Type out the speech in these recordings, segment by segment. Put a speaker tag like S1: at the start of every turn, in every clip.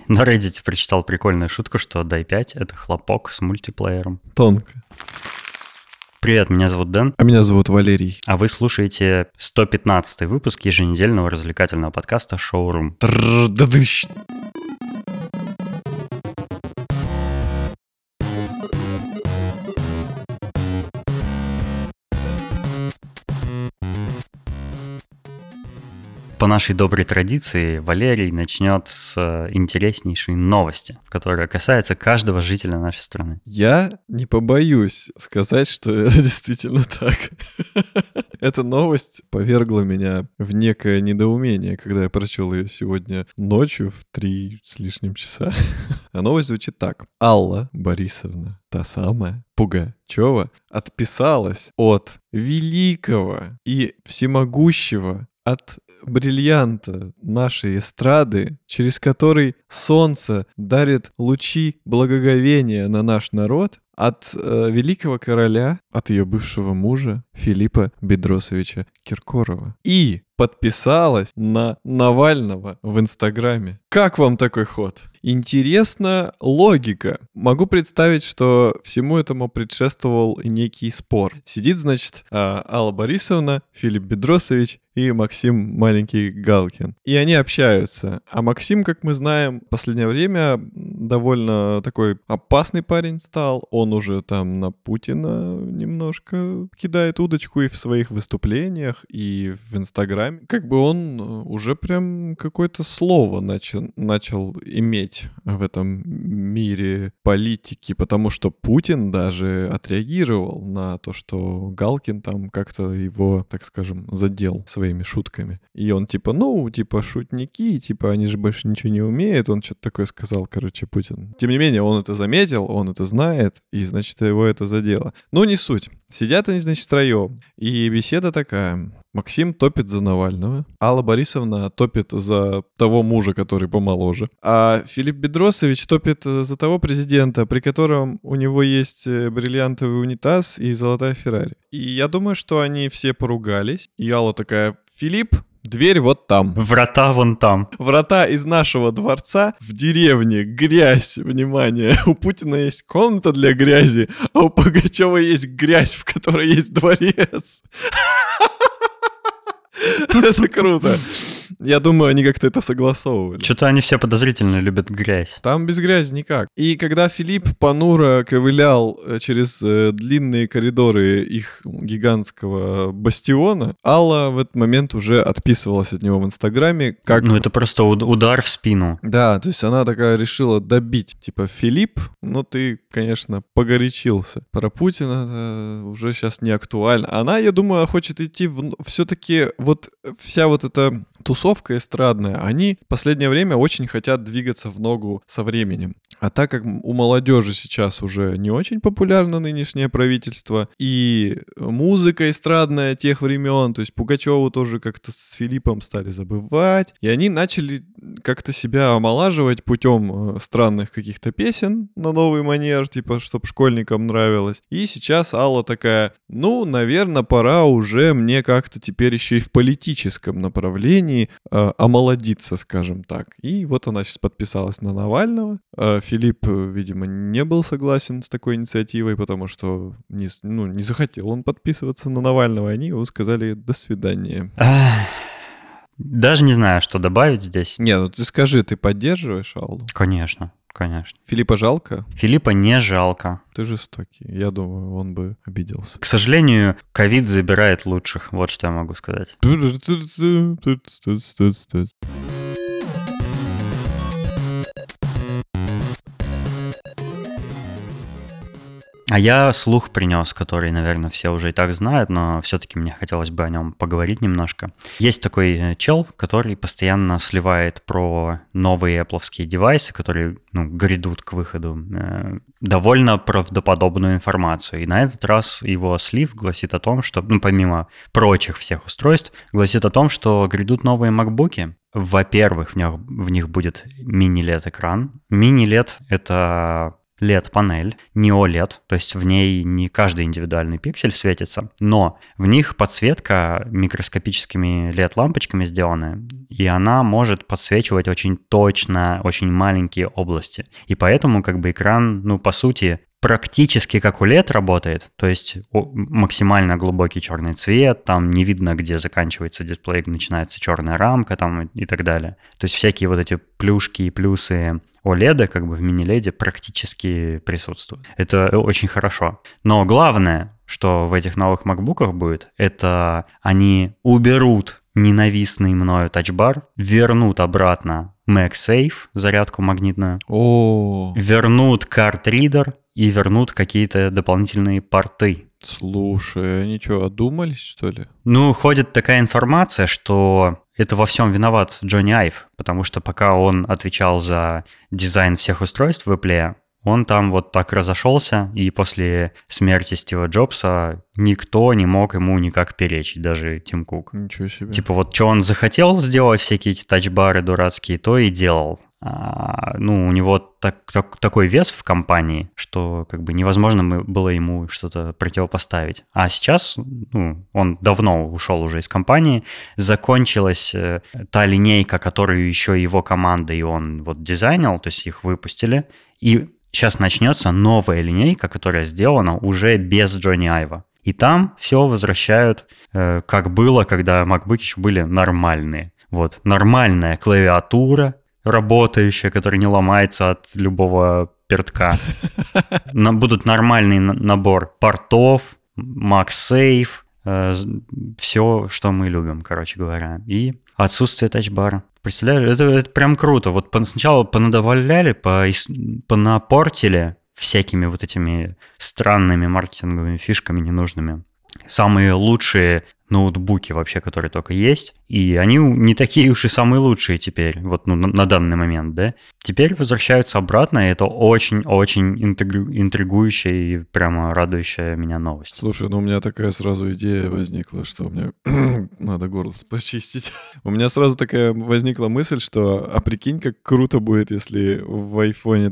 S1: На Reddit прочитал прикольную шутку, что DAI 5 — это хлопок с мультиплеером.
S2: Тонко.
S1: Привет, меня зовут Дэн.
S2: А меня зовут Валерий.
S1: А вы слушаете 115-й выпуск еженедельного развлекательного подкаста «Шоурум». По нашей доброй традиции Валерий начнет с интереснейшей новости, которая касается каждого жителя нашей страны.
S2: Я не побоюсь сказать, что это действительно так. Эта новость повергла меня в некое недоумение, когда я прочел ее сегодня ночью в 3 с лишним часа. А новость звучит так. Алла Борисовна, та самая Пугачева, отписалась от великого и всемогущего, от бриллианта нашей эстрады, через который солнце дарит лучи благоговения на наш народ, от великого короля, от ее бывшего мужа Филиппа Бедросовича Киркорова. И подписалась на Навального в Инстаграме. Как вам такой ход? Интересна логика. Могу представить, что всему этому предшествовал некий спор. Сидит, значит, Алла Борисовна, Филипп Бедросович и Максим маленький Галкин. И они общаются. А Максим, как мы знаем, в последнее время довольно такой опасный парень стал. Он уже там на Путина немножко кидает удочку и в своих выступлениях, и в Инстаграме. Как бы он уже прям какое-то слово начал иметь в этом мире политики, потому что Путин даже отреагировал на то, что Галкин там как-то его, так скажем, задел своими шутками. И он типа шутники, они же больше ничего не умеют. Он что-то такое сказал, Путин. Тем не менее, он это заметил, он это знает, и, значит, его это задело. Ну, не суть. Сидят они, значит, втроем. И беседа такая. Максим топит за Навального. Алла Борисовна топит за того мужа, который помоложе. А Филипп Бедросович топит за того президента, при котором у него есть бриллиантовый унитаз и золотая Феррари. И я думаю, что они все поругались. И Алла такая: Филипп, дверь вот там.
S1: Врата вон там.
S2: Врата из нашего дворца в деревне. Грязь, внимание. У Путина есть комната для грязи, а у Пугачева есть грязь, в которой есть дворец. Это круто. Я думаю, они как-то это согласовывали.
S1: Что-то они все подозрительно любят грязь.
S2: Там без грязи никак. И когда Филипп понуро ковылял через длинные коридоры их гигантского бастиона, Алла в этот момент уже отписывалась от него в Инстаграме. Как...
S1: Ну, это просто удар в спину.
S2: Да, то есть она такая решила добить. Типа: Филипп, ну ты, конечно, погорячился. Про Путина уже сейчас не актуально. Она, я думаю, хочет идти все-таки вот вся вот эта тусовка эстрадная, они в последнее время очень хотят двигаться в ногу со временем. А так как у молодежи сейчас уже не очень популярно нынешнее правительство, и музыка эстрадная тех времен, то есть Пугачеву тоже как-то с Филиппом стали забывать, и они начали как-то себя омолаживать путем странных каких-то песен на новый манер, типа, чтобы школьникам нравилось. И сейчас Алла такая: ну, наверное, пора уже мне как-то теперь еще и в политическом направлении омолодиться, скажем так. И вот она сейчас подписалась на Навального. Филипп, видимо, не был согласен с такой инициативой, потому что не захотел он подписываться на Навального. Они ему сказали: до свидания.
S1: Даже не знаю, что добавить здесь.
S2: Не, ну ты скажи, ты поддерживаешь Аллу?
S1: Конечно.
S2: Филиппа жалко?
S1: Филиппа не жалко.
S2: Ты жестокий. Я думаю, он бы обиделся.
S1: К сожалению, ковид забирает лучших. Вот что я могу сказать. А я слух принес, который, наверное, все уже и так знают, но все-таки мне хотелось бы о нем поговорить немножко. Есть такой чел, который постоянно сливает про новые Apple'овские девайсы, которые грядут к выходу, довольно правдоподобную информацию. И на этот раз его слив гласит о том, что, помимо прочих всех устройств, гласит о том, что грядут новые MacBook'и. Во-первых, в них будет мини-LED экран. Мини-LED — это LED-панель, не OLED, то есть в ней не каждый индивидуальный пиксель светится, но в них подсветка микроскопическими LED-лампочками сделана, и она может подсвечивать очень точно, очень маленькие области. И поэтому как бы экран, ну, по сути, практически как у LED работает, то есть максимально глубокий черный цвет, там не видно, где заканчивается дисплей, начинается черная рамка там и так далее. То есть всякие вот эти плюшки и плюсы OLED как бы в мини-LED практически присутствуют. Это очень хорошо. Но главное, что в этих новых MacBook'ах будет, это они уберут ненавистный мною тачбар, вернут обратно MagSafe, зарядку магнитную, вернут карт-ридер и вернут какие-то дополнительные порты.
S2: Слушай, они что, одумались, что ли?
S1: Ну, ходит такая информация, что это во всем виноват Джонни Айв, потому что пока он отвечал за дизайн всех устройств в Apple, он там вот так разошелся, и после смерти Стива Джобса никто не мог ему никак перечить, даже Тим Кук.
S2: Ничего себе.
S1: Типа вот что он захотел сделать, всякие эти тачбары дурацкие, то и делал. Ну, у него такой вес в компании, что как бы невозможно было ему что-то противопоставить. А сейчас, ну, он давно ушел уже из компании, закончилась та линейка, которую еще его команда и он вот дизайнил, то есть их выпустили, и сейчас начнется новая линейка, которая сделана уже без Джонни Айва. И там все возвращают, как было, когда MacBook еще были нормальные. Вот, нормальная клавиатура, работающая, которая не ломается от любого пертка. Будут нормальный набор портов, MagSafe, все, что мы любим, короче говоря. И отсутствие тачбара. Представляешь, это прям круто. Вот сначала понадавали, понапортили всякими вот этими странными маркетинговыми фишками ненужными. Самые лучшие ноутбуки вообще, которые только есть. И они не такие уж и самые лучшие теперь, вот ну, на данный момент, да. Теперь возвращаются обратно, и это очень-очень интригующая и прямо радующая меня новость.
S2: Слушай, ну у меня такая сразу идея возникла, что у меня надо горло почистить. У меня сразу такая возникла мысль, что а прикинь, как круто будет, если в iPhone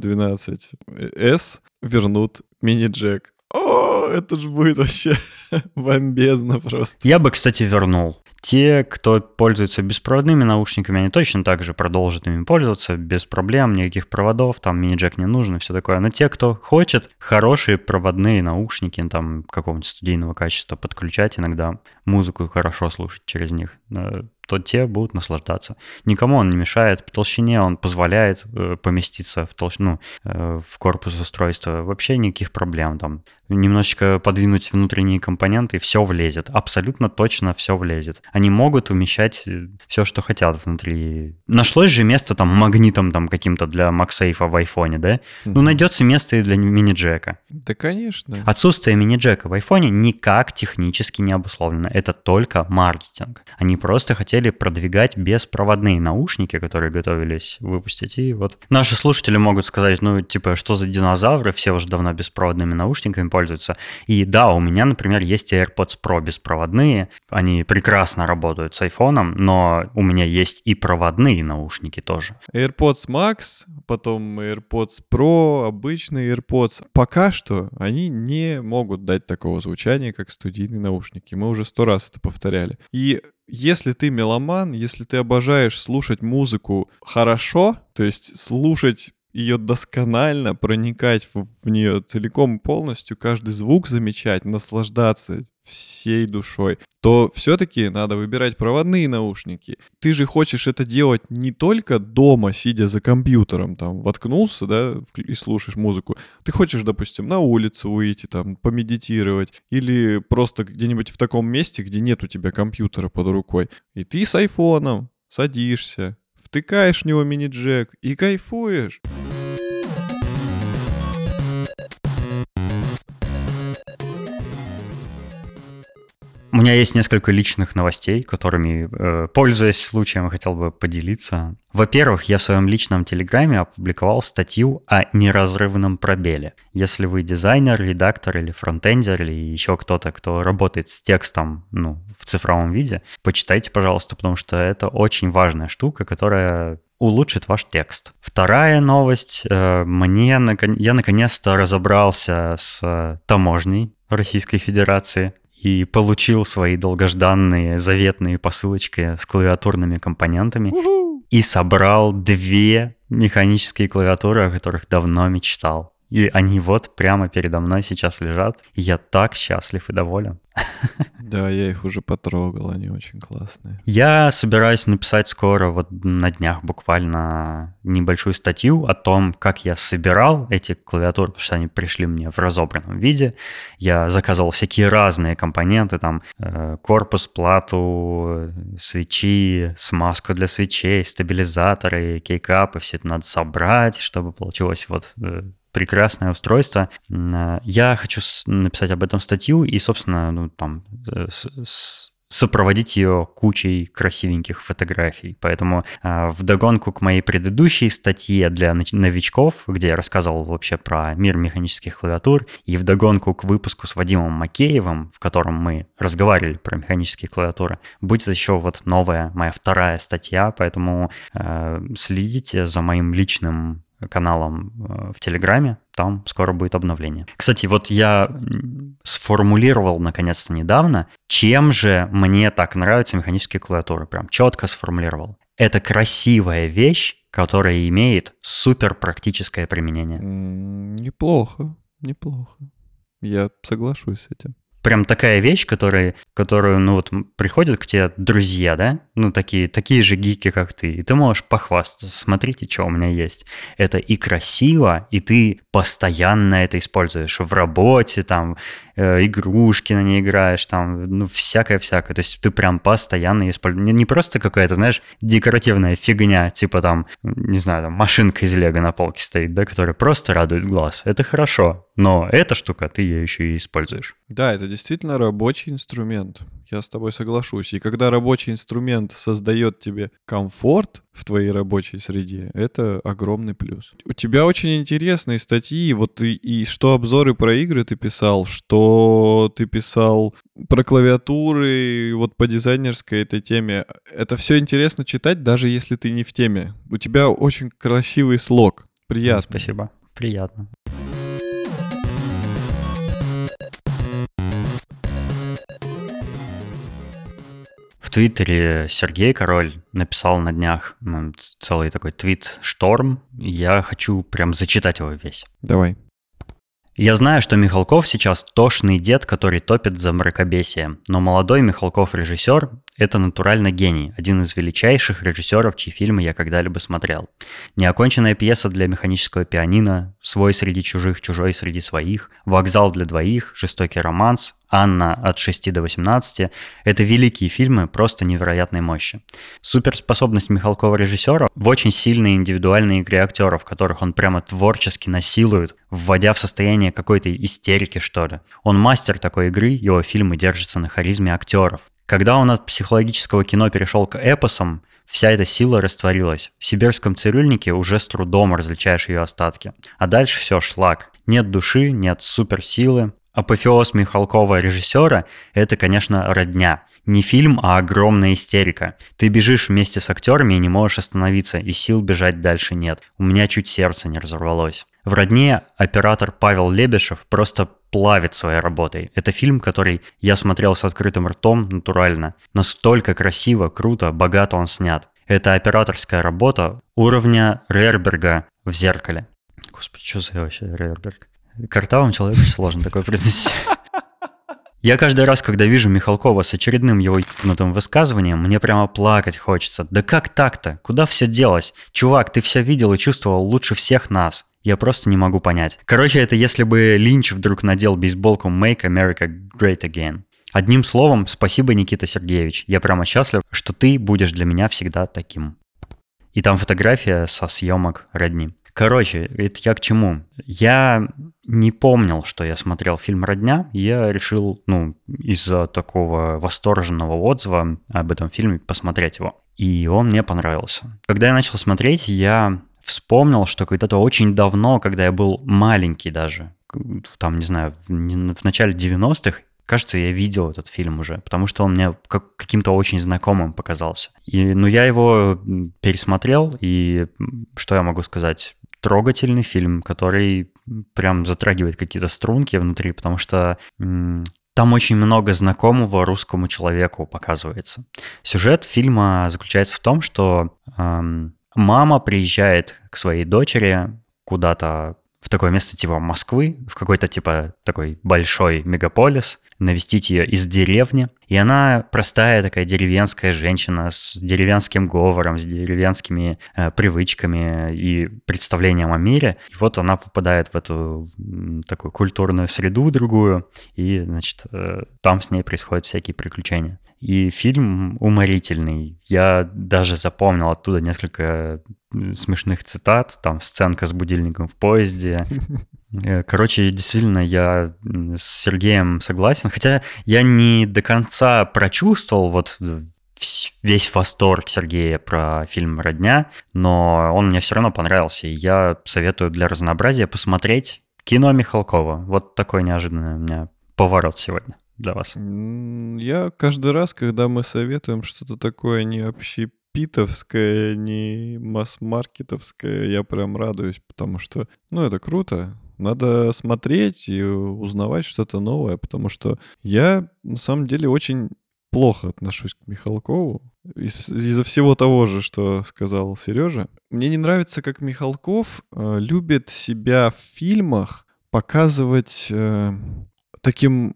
S2: 12s вернут мини-джек. О, это же будет вообще бомбезно просто.
S1: Я бы, кстати, вернул. Те, кто пользуется беспроводными наушниками, они точно так же продолжат ими пользоваться без проблем, никаких проводов, там мини-джек не нужен и все такое. Но те, кто хочет хорошие проводные наушники, там какого-нибудь студийного качества, подключать иногда музыку хорошо слушать через них, то те будут наслаждаться. Никому он не мешает. По толщине он позволяет поместиться в толщину, в корпус устройства. Вообще никаких проблем. Там немножечко подвинуть внутренние компоненты, и все влезет. Абсолютно точно все влезет. Они могут умещать все, что хотят внутри. Нашлось же место там магнитом там каким-то для MagSafe в айфоне, да? Ну, найдется место и для мини-джека.
S2: Да, конечно.
S1: Отсутствие мини-джека в айфоне никак технически не обусловлено. Это только маркетинг. Они просто хотели продвигать беспроводные наушники, которые готовились выпустить. И вот наши слушатели могут сказать, ну, типа, что за динозавры, все уже давно беспроводными наушниками пользуются. И да, у меня, например, есть AirPods Pro беспроводные. Они прекрасно работают с айфоном, но у меня есть и проводные наушники тоже.
S2: AirPods Max, потом AirPods Pro, обычные AirPods. Пока что они не могут дать такого звучания, как студийные наушники. Мы уже 100 раз это повторяли. И если ты меломан, если ты обожаешь слушать музыку хорошо, то есть слушать ее досконально, проникать в нее целиком и полностью, каждый звук замечать, наслаждаться всей душой, то все-таки надо выбирать проводные наушники. Ты же хочешь это делать не только дома, сидя за компьютером, там, воткнулся, да, и слушаешь музыку. Ты хочешь, допустим, на улицу выйти, там, помедитировать, или просто где-нибудь в таком месте, где нет у тебя компьютера под рукой. И ты с айфоном садишься, втыкаешь в него мини-джек и кайфуешь.
S1: У меня есть несколько личных новостей, которыми, пользуясь случаем, хотел бы поделиться. Во-первых, я в своем личном телеграме опубликовал статью о неразрывном пробеле. Если вы дизайнер, редактор или фронтендер, или еще кто-то, кто работает с текстом, ну, в цифровом виде, почитайте, пожалуйста, потому что это очень важная штука, которая улучшит ваш текст. Вторая новость. Я наконец-то разобрался с таможней Российской Федерации и получил свои долгожданные заветные посылочки с клавиатурными компонентами. И собрал 2 механические клавиатуры, о которых давно мечтал. И они вот прямо передо мной сейчас лежат. И я так счастлив и доволен.
S2: Да, я их уже потрогал, они очень классные.
S1: Я собираюсь написать скоро, вот на днях буквально, небольшую статью о том, как я собирал эти клавиатуры, потому что они пришли мне в разобранном виде. Я заказывал всякие разные компоненты, там корпус, плату, свечи, смазку для свечей, стабилизаторы, кейкапы, все это надо собрать, чтобы получилось вот прекрасное устройство. Я хочу написать об этом статью и, собственно, сопроводить ее кучей красивеньких фотографий. Поэтому вдогонку к моей предыдущей статье для новичков, где я рассказывал вообще про мир механических клавиатур, и вдогонку к выпуску с Вадимом Макеевым, в котором мы разговаривали про механические клавиатуры, будет еще вот новая, моя вторая статья, поэтому следите за моим личным каналом в Телеграме, там скоро будет обновление. Кстати, вот я сформулировал наконец-то недавно, чем же мне так нравятся механические клавиатуры. Прям четко сформулировал. Это красивая вещь, которая имеет супер практическое применение.
S2: Неплохо. Я соглашусь с этим.
S1: Прям такая вещь, которую, приходят к тебе друзья, да? Такие же гики, как ты. И ты можешь похвастаться. Смотрите, что у меня есть. Это и красиво, и ты постоянно это используешь. В работе, там, игрушки на ней играешь, там, всякое-всякое. То есть ты прям постоянно ее используешь. Не просто какая-то, знаешь, декоративная фигня, типа там, не знаю, там, машинка из лего на полке стоит, да, которая просто радует глаз. Это хорошо. Но эта штука, ты ее еще и используешь.
S2: Да, это действительно рабочий инструмент. Я с тобой соглашусь. И когда рабочий инструмент создает тебе комфорт в твоей рабочей среде, это огромный плюс. У тебя очень интересные статьи, вот и что обзоры про игры ты писал, что ты писал про клавиатуры, вот по дизайнерской этой теме. Это все интересно читать, даже если ты не в теме. У тебя очень красивый слог. Приятно.
S1: Спасибо. Приятно. В Твиттере Сергей Король написал на днях целый такой твит-шторм. Я хочу прям зачитать его весь.
S2: Давай.
S1: Я знаю, что Михалков сейчас тошный дед, который топит за мракобесие, но молодой Михалков-режиссер – это натурально гений, один из величайших режиссеров, чьи фильмы я когда-либо смотрел. Неоконченная пьеса для механического пианино, «Свой среди чужих, чужой среди своих», «Вокзал для двоих», «Жестокий романс», «Анна от 6 до 18» – это великие фильмы просто невероятной мощи. Суперспособность Михалкова-режиссера в очень сильной индивидуальной игре актеров, которых он прямо творчески насилует, вводя в состояние какой-то истерики, что ли. Он мастер такой игры, его фильмы держатся на харизме актеров. Когда он от психологического кино перешел к эпосам, вся эта сила растворилась. В «Сибирском цирюльнике» уже с трудом различаешь ее остатки. А дальше все шлак. Нет души, нет суперсилы. Апофеоз Михалкова режиссера – это, конечно, родня. Не фильм, а огромная истерика. Ты бежишь вместе с актерами и не можешь остановиться, и сил бежать дальше нет. У меня чуть сердце не разорвалось. В «Родне» оператор Павел Лебешев просто плавит своей работой. Это фильм, который я смотрел с открытым ртом натурально. Настолько красиво, круто, богато он снят. Это операторская работа уровня Рерберга в «Зеркале». Господи, что за вообще Рерберг? Картавому человеку сложно такое произнести. Я каждый раз, когда вижу Михалкова с очередным его ебнутым высказыванием, мне прямо плакать хочется. Да как так-то? Куда все делось? Чувак, ты все видел и чувствовал лучше всех нас. Я просто не могу понять. Короче, это если бы Линч вдруг надел бейсболку «Make America Great Again». Одним словом, спасибо, Никита Сергеевич. Я прямо счастлив, что ты будешь для меня всегда таким. И там фотография со съемок «Родни». Короче, это я к чему? Я не помнил, что я смотрел фильм «Родня». Я решил, из-за такого восторженного отзыва об этом фильме посмотреть его. И он мне понравился. Когда я начал смотреть, я вспомнил, что когда-то очень давно, когда я был маленький даже, там, не знаю, в начале 90-х, кажется, я видел этот фильм уже, потому что он мне каким-то очень знакомым показался. Но я его пересмотрел, и что я могу сказать? Трогательный фильм, который прям затрагивает какие-то струнки внутри, потому что там очень много знакомого русскому человеку показывается. Сюжет фильма заключается в том, что мама приезжает к своей дочери куда-то в такое место типа Москвы, в какой-то типа такой большой мегаполис, навестить ее из деревни. И она простая такая деревенская женщина с деревенским говором, с деревенскими привычками и представлением о мире. И вот она попадает в эту такую культурную среду другую, и, значит, там с ней происходят всякие приключения. И фильм уморительный. Я даже запомнил оттуда несколько смешных цитат. Там сценка с будильником в поезде. Короче, действительно, я с Сергеем согласен. Хотя я не до конца прочувствовал вот весь восторг Сергея про фильм «Родня», но он мне все равно понравился. И я советую для разнообразия посмотреть кино Михалкова. Вот такой неожиданный у меня поворот сегодня для вас.
S2: Я каждый раз, когда мы советуем что-то такое не общепитовское, не масс-маркетовское, я прям радуюсь, потому что, это круто. Надо смотреть и узнавать что-то новое, потому что я, на самом деле, очень плохо отношусь к Михалкову. Из-за всего того же, что сказал Сережа. Мне не нравится, как Михалков любит себя в фильмах показывать таким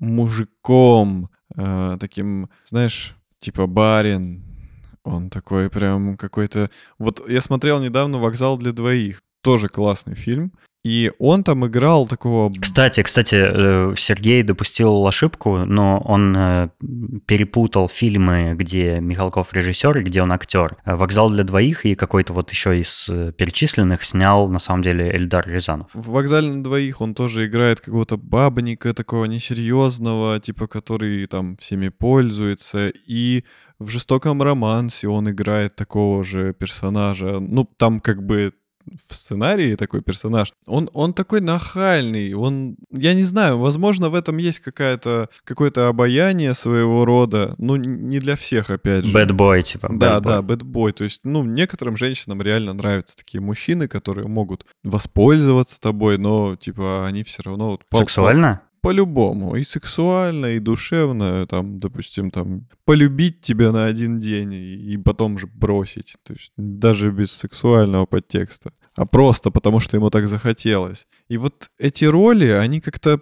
S2: мужиком, таким, знаешь, типа барин. Он такой прям какой-то... Вот я смотрел недавно «Вокзал для двоих». Тоже классный фильм. И он там играл такого...
S1: Кстати, Сергей допустил ошибку, но он перепутал фильмы, где Михалков режиссер и где он актер. «Вокзал для двоих» и какой-то вот еще из перечисленных снял, на самом деле, Эльдар Рязанов.
S2: В «Вокзале на двоих» он тоже играет какого-то бабника такого несерьезного, типа, который там всеми пользуется. И в «Жестоком романсе» он играет такого же персонажа. Там как бы... в сценарии такой персонаж, он такой нахальный, я не знаю, возможно, в этом есть какое-то обаяние своего рода, не для всех, опять же.
S1: Bad boy, типа.
S2: Да, bad boy, то есть, некоторым женщинам реально нравятся такие мужчины, которые могут воспользоваться тобой, но, типа, они все равно...
S1: Сексуально?
S2: По-любому. И сексуально, и душевно, там, допустим, полюбить тебя на один день и потом же бросить. То есть даже без сексуального подтекста. А просто потому, что ему так захотелось. И вот эти роли, они как-то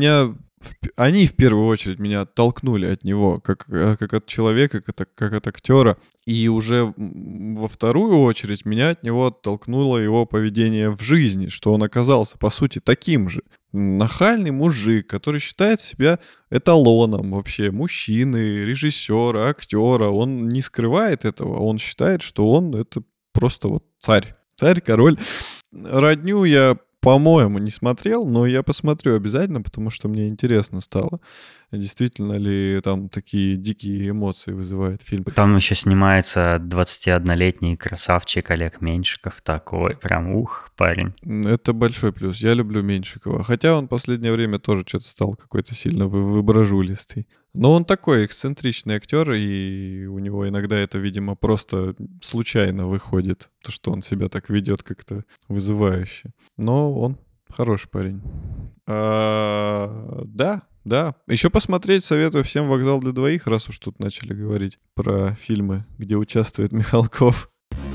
S2: они в первую очередь меня оттолкнули от него, как от человека, как от актера. И уже во вторую очередь меня от него оттолкнуло его поведение в жизни, что он оказался, по сути, таким же. Нахальный мужик, который считает себя эталоном вообще мужчины, режиссера, актера. Он не скрывает этого, он считает, что он это просто вот царь. Царь, король. «Родню» я, по-моему, не смотрел, но я посмотрю обязательно, потому что мне интересно стало, действительно ли там такие дикие эмоции вызывает фильм.
S1: Там еще снимается 21-летний красавчик Олег Меньшиков, такой прям парень.
S2: Это большой плюс. Я люблю Меньшикова. Хотя он в последнее время тоже что-то стал какой-то сильно выброжулистый. Но он такой эксцентричный актер, и у него иногда это, видимо, просто случайно выходит, то, что он себя так ведет как-то вызывающе. Но он хороший парень. Да. Еще посмотреть советую всем «Вокзал для двоих», раз уж тут начали говорить про фильмы, где участвует Михалков.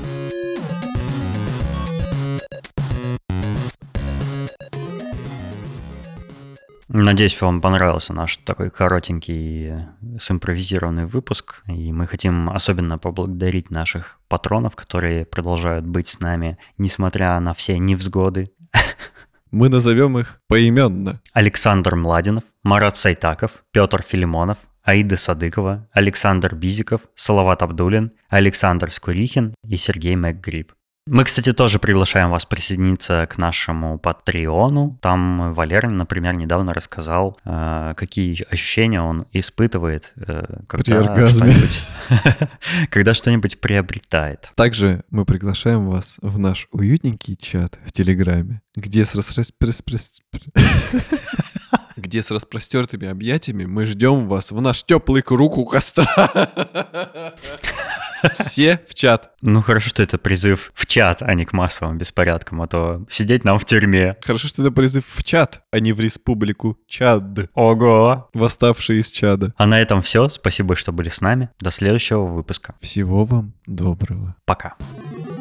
S1: Надеюсь, вам понравился наш такой коротенький симпровизированный выпуск. И мы хотим особенно поблагодарить наших патронов, которые продолжают быть с нами, несмотря на все невзгоды.
S2: Мы назовем их поименно.
S1: Александр Младинов, Марат Сайтаков, Петр Филимонов, Аида Садыкова, Александр Бизиков, Салават Абдулин, Александр Скурихин и Сергей МакГриб. Мы, кстати, тоже приглашаем вас присоединиться к нашему Патреону. Там Валера, например, недавно рассказал, какие ощущения он испытывает, когда что-нибудь приобретает.
S2: Также мы приглашаем вас в наш уютненький чат в Телеграме, где где с распростертыми объятиями мы ждем вас в наш теплый круг у костра. Все в чат.
S1: Ну, хорошо, что это призыв в чат, а не к массовым беспорядкам, а то сидеть нам в тюрьме.
S2: Хорошо, что это призыв в чат, а не в республику Чад.
S1: Ого!
S2: Восставшие из Чада.
S1: А на этом все. Спасибо, что были с нами. До следующего выпуска.
S2: Всего вам доброго.
S1: Пока.